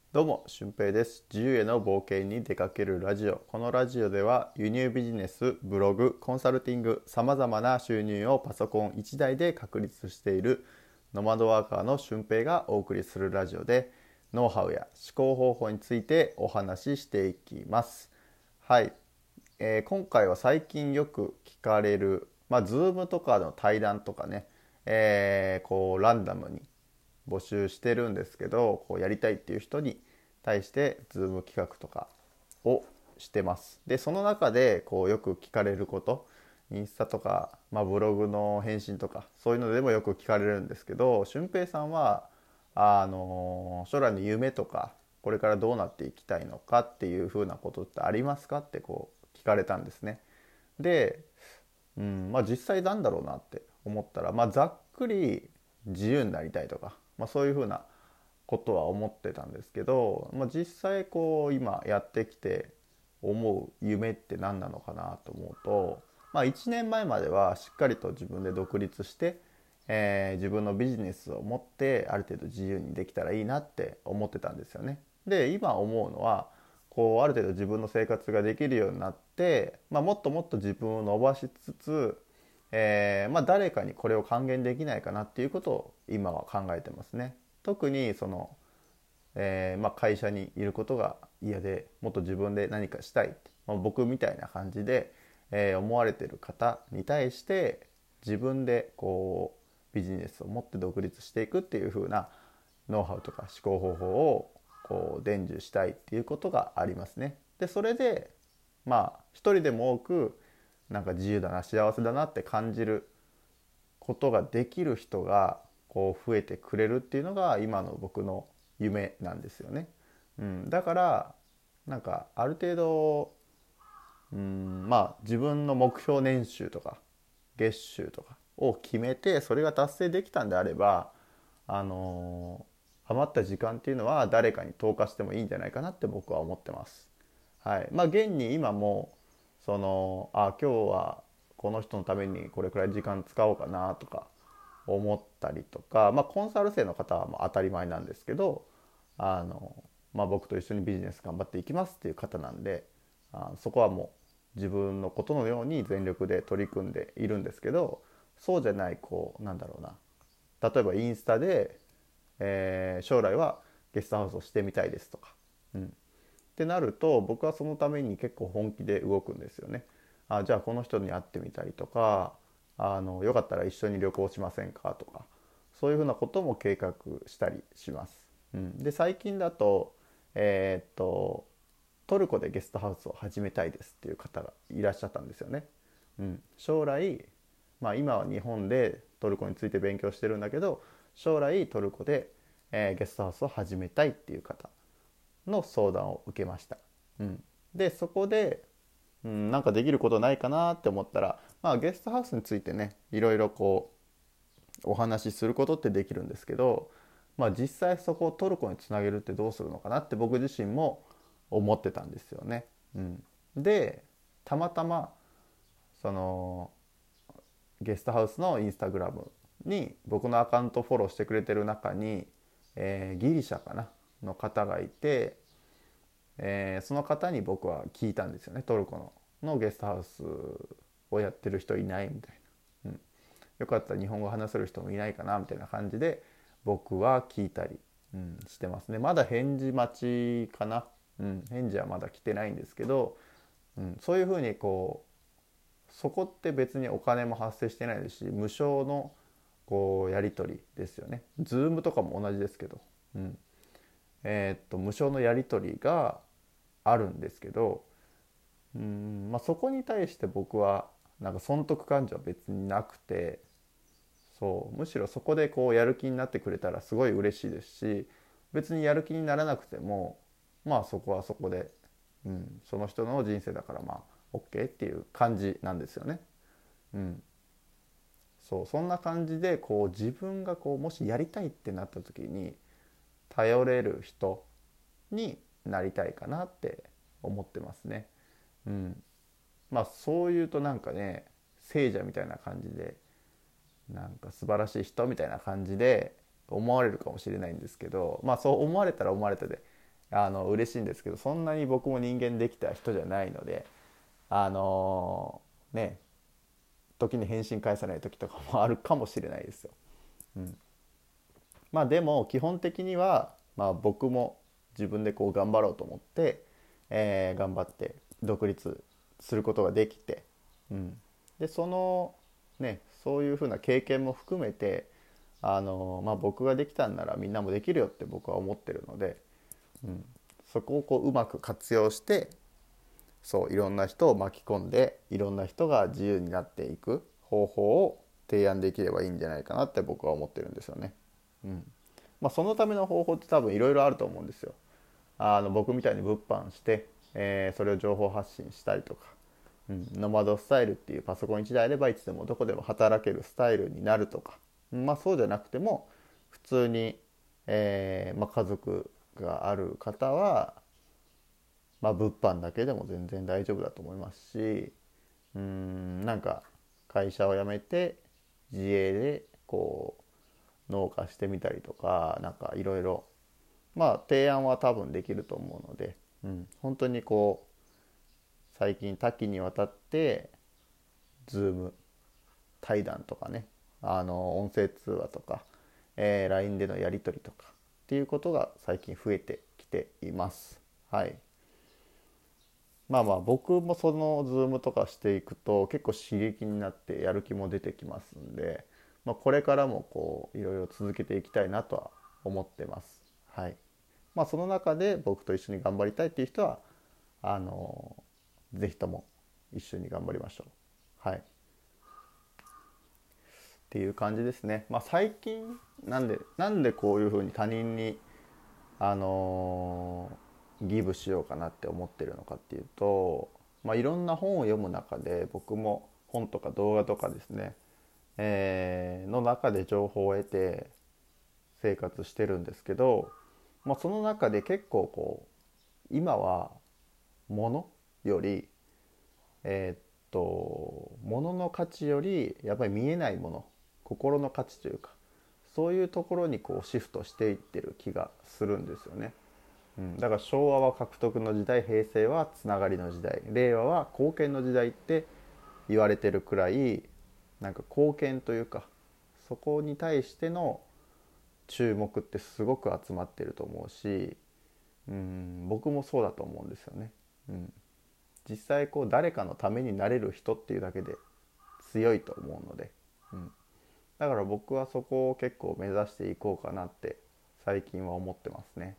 どうも、俊平です。自由への冒険に出かけるラジオ。このラジオでは輸入ビジネス、ブログ、コンサルティング、様々な収入をパソコン1台で確立しているノマドワーカーの俊平がお送りするラジオで、ノウハウや思考方法についてお話ししていきます。はい。今回は最近よく聞かれる、Zoom とかの対談とかね、ランダムに募集してるんですけど、やりたいっていう人に対してズーム企画とかをしてます。でその中でよく聞かれること、インスタとか、ブログの返信とかそういうのでもよく聞かれるんですけど、俊平さんは将来の夢とかこれからどうなっていきたいのかっていうふうなことってありますかって聞かれたんですね。で、実際なんだろうなって思ったら、ざっくり自由になりたいとか、そういうふうなことは思ってたんですけど、実際今やってきて思う夢って何なのかなと思うと、1年前まではしっかりと自分で独立して、自分のビジネスを持ってある程度自由にできたらいいなって思ってたんですよね。で今思うのは、ある程度自分の生活ができるようになって、もっともっと自分を伸ばしつつ、誰かにこれを還元できないかなっていうことを今は考えてますね。特に会社にいることが嫌でもっと自分で何かしたいって、僕みたいな感じで、思われている方に対して自分でビジネスを持って独立していくっていう風なノウハウとか思考方法を伝授したいっていうことがありますね。でそれで一人でも多くなんか自由だな、幸せだなって感じることができる人が増えてくれるっていうのが今の僕の夢なんですよね。だからなんかある程度、自分の目標年収とか月収とかを決めてそれが達成できたんであれば、あの余った時間っていうのは誰かに投下してもいいんじゃないかなって僕は思ってます。はい。現に今も今日はこの人のためにこれくらい時間使おうかなとか思ったりとか、コンサル生の方は当たり前なんですけど、あの、僕と一緒にビジネス頑張っていきますっていう方なんで、そこはもう自分のことのように全力で取り組んでいるんですけど、そうじゃないなんだろうな、例えばインスタで、将来はゲストハウスをしてみたいですとか、ってなると僕はそのために結構本気で動くんですよね。じゃあこの人に会ってみたりとか、よかったら一緒に旅行しませんかとか、そういうふうなことも計画したりします。で最近だと、トルコでゲストハウスを始めたいですっていう方がいらっしゃったんですよね。将来、今は日本でトルコについて勉強してるんだけど、将来トルコで、ゲストハウスを始めたいっていう方の相談を受けました。でそこで、なんかできることないかなって思ったら、ゲストハウスについてねいろいろお話しすることってできるんですけど、実際そこをトルコにつなげるってどうするのかなって僕自身も思ってたんですよね。でたまたまそのゲストハウスのインスタグラムに僕のアカウントフォローしてくれてる中に、ギリシャかなの方がいて、その方に僕は聞いたんですよね。トルコのゲストハウスをやってる人いないみたいな、よかったら日本語話せる人もいないかなみたいな感じで僕は聞いたり、してますね。まだ返事待ちかな、返事はまだ来てないんですけど、そういうふうにそこって別にお金も発生してないですし、無償のやり取りですよね。ズームとかも同じですけど、無償のやり取りがあるんですけど、そこに対して僕はなんか損得感情は別になくて、むしろそこでやる気になってくれたらすごい嬉しいですし、別にやる気にならなくてもそこはそこで、その人の人生だからOK っていう感じなんですよね。うん、そんな感じで自分がもしやりたいってなった時に頼れる人になりたいかなって思ってますね。うん、そう言うとなんかね、聖者みたいな感じで、なんか素晴らしい人みたいな感じで思われるかもしれないんですけど、そう思われたら思われたで嬉しいんですけど、そんなに僕も人間できた人じゃないので、あのね時に返信返さない時とかもあるかもしれないですよ。うん、まあでも基本的には、まあ、僕も自分でこう頑張ろうと思って、頑張って独立することができて、でそのねそういうふうな経験も含めてまあ、僕ができたんならみんなもできるよって僕は思ってるので、そこをこううまく活用して、そういろんな人を巻き込んでいろんな人が自由になっていく方法を提案できればいいんじゃないかなって僕は思ってるんですよね。まあ、そのための方法って多分いろいろあると思うんですよ。僕みたいに物販して、それを情報発信したりとか、ノマドスタイルっていうパソコン1台あればいつでもどこでも働けるスタイルになるとか、まあそうじゃなくても普通に、まあ、家族がある方は、まあ、物販だけでも全然大丈夫だと思いますし、なんか会社を辞めて自営でこう農家してみたりとか、なんかいろいろまあ提案は多分できると思うので、本当にこう最近多岐にわたってズーム対談とかね、音声通話とか、LINE でのやり取りとかっていうことが最近増えてきています。はい。まあまあ僕もそのズームとかしていくと結構刺激になってやる気も出てきますんで、まあ、これからもこういろいろ続けていきたいなとは思ってます。はい。まあその中で僕と一緒に頑張りたいっていう人はぜひとも一緒に頑張りましょう。はい。っていう感じですね。まあ最近なんでこういうふうに他人にあのギブしようかなって思ってるのかっていうと、まあ、いろんな本を読む中で僕も本とか動画とかですね、の中で情報を得て生活してるんですけど、まあ、その中で結構こう今は物より物の価値よりやっぱり見えないもの、心の価値というか、そういうところにこうシフトしていってる気がするんですよね。だから昭和は獲得の時代、平成はつながりの時代、令和は貢献の時代って言われてるくらい、なんか貢献というかそこに対しての注目ってすごく集まってると思うし、僕もそうだと思うんですよね。実際こう誰かのためになれる人っていうだけで強いと思うので、だから僕はそこを結構目指していこうかなって最近は思ってますね。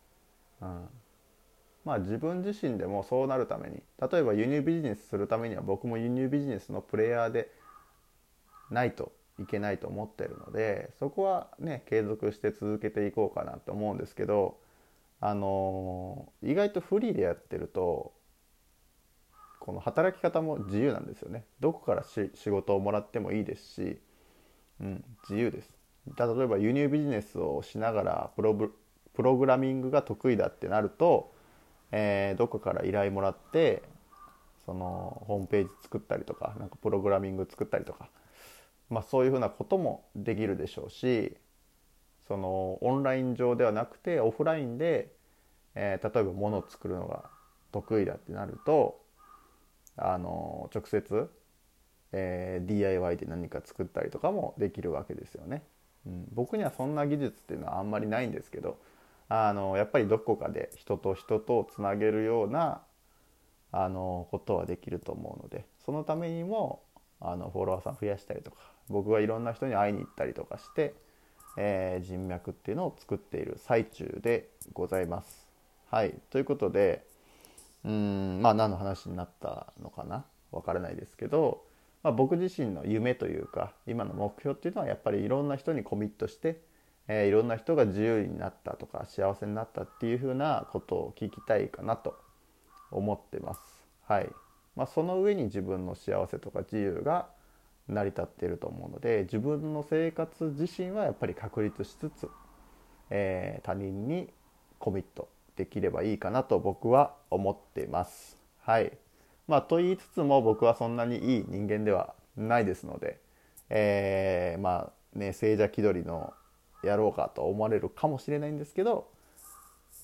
まあ自分自身でもそうなるために、例えば輸入ビジネスするためには僕も輸入ビジネスのプレイヤーでないといけないと思ってるので、そこはね継続して続けていこうかなと思うんですけど、意外とフリーでやってるとこの働き方も自由なんですよね。どこから仕事をもらってもいいですし、自由です。例えば輸入ビジネスをしながらプログラミングが得意だってなると、どこから依頼もらってそのホームページ作ったりとか、なんかプログラミング作ったりとか、まあ、そういうふうなこともできるでしょうし、そのオンライン上ではなくてオフラインで、例えば物を作るのが得意だってなると直接、DIY で何か作ったりとかもできるわけですよね。僕にはそんな技術っていうのはあんまりないんですけど、やっぱりどこかで人と人とをつなげるようなことはできると思うので、そのためにもフォロワーさん増やしたりとか、僕はいろんな人に会いに行ったりとかして、人脈っていうのを作っている最中でございます。はい、ということでまあ何の話になったのかなわからないですけど、まあ、僕自身の夢というか今の目標っていうのはやっぱりいろんな人にコミットして、いろんな人が自由になったとか幸せになったっていうふうなことを聞きたいかなと思ってます。はい。まあ、その上に自分の幸せとか自由が成り立っていると思うので、自分の生活自身はやっぱり確立しつつ、他人にコミットできればいいかなと僕は思っています。はい。まあと言いつつも僕はそんなにいい人間ではないですので、まあね、静寂気取りのやろうかと思われるかもしれないんですけど、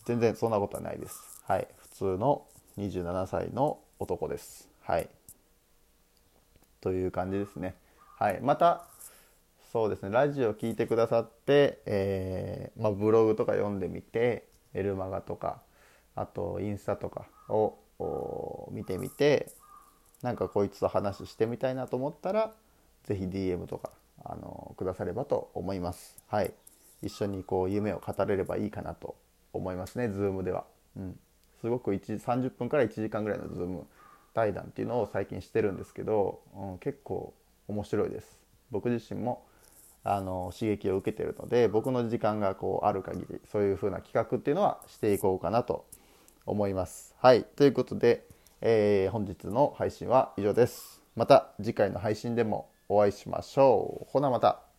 全然そんなことはないです。はい、普通の27歳の男です。はい、という感じですね。はい、またそうですね、ラジオ聞いてくださって、ブログとか読んでみて、メルマガとか、あとインスタとかを見てみて、なんかこいつと話してみたいなと思ったら、ぜひ DM とかくださればと思います。はい、一緒にこう夢を語れればいいかなと思いますね、Zoom では。すごく30分から1時間ぐらいの Zoom 対談っていうのを最近してるんですけど、結構面白いです。僕自身も刺激を受けているので、僕の時間がこうある限りそういう風な企画っていうのはしていこうかなと思います。はい、ということで、本日の配信は以上です。また次回の配信でもお会いしましょう。ほなまた。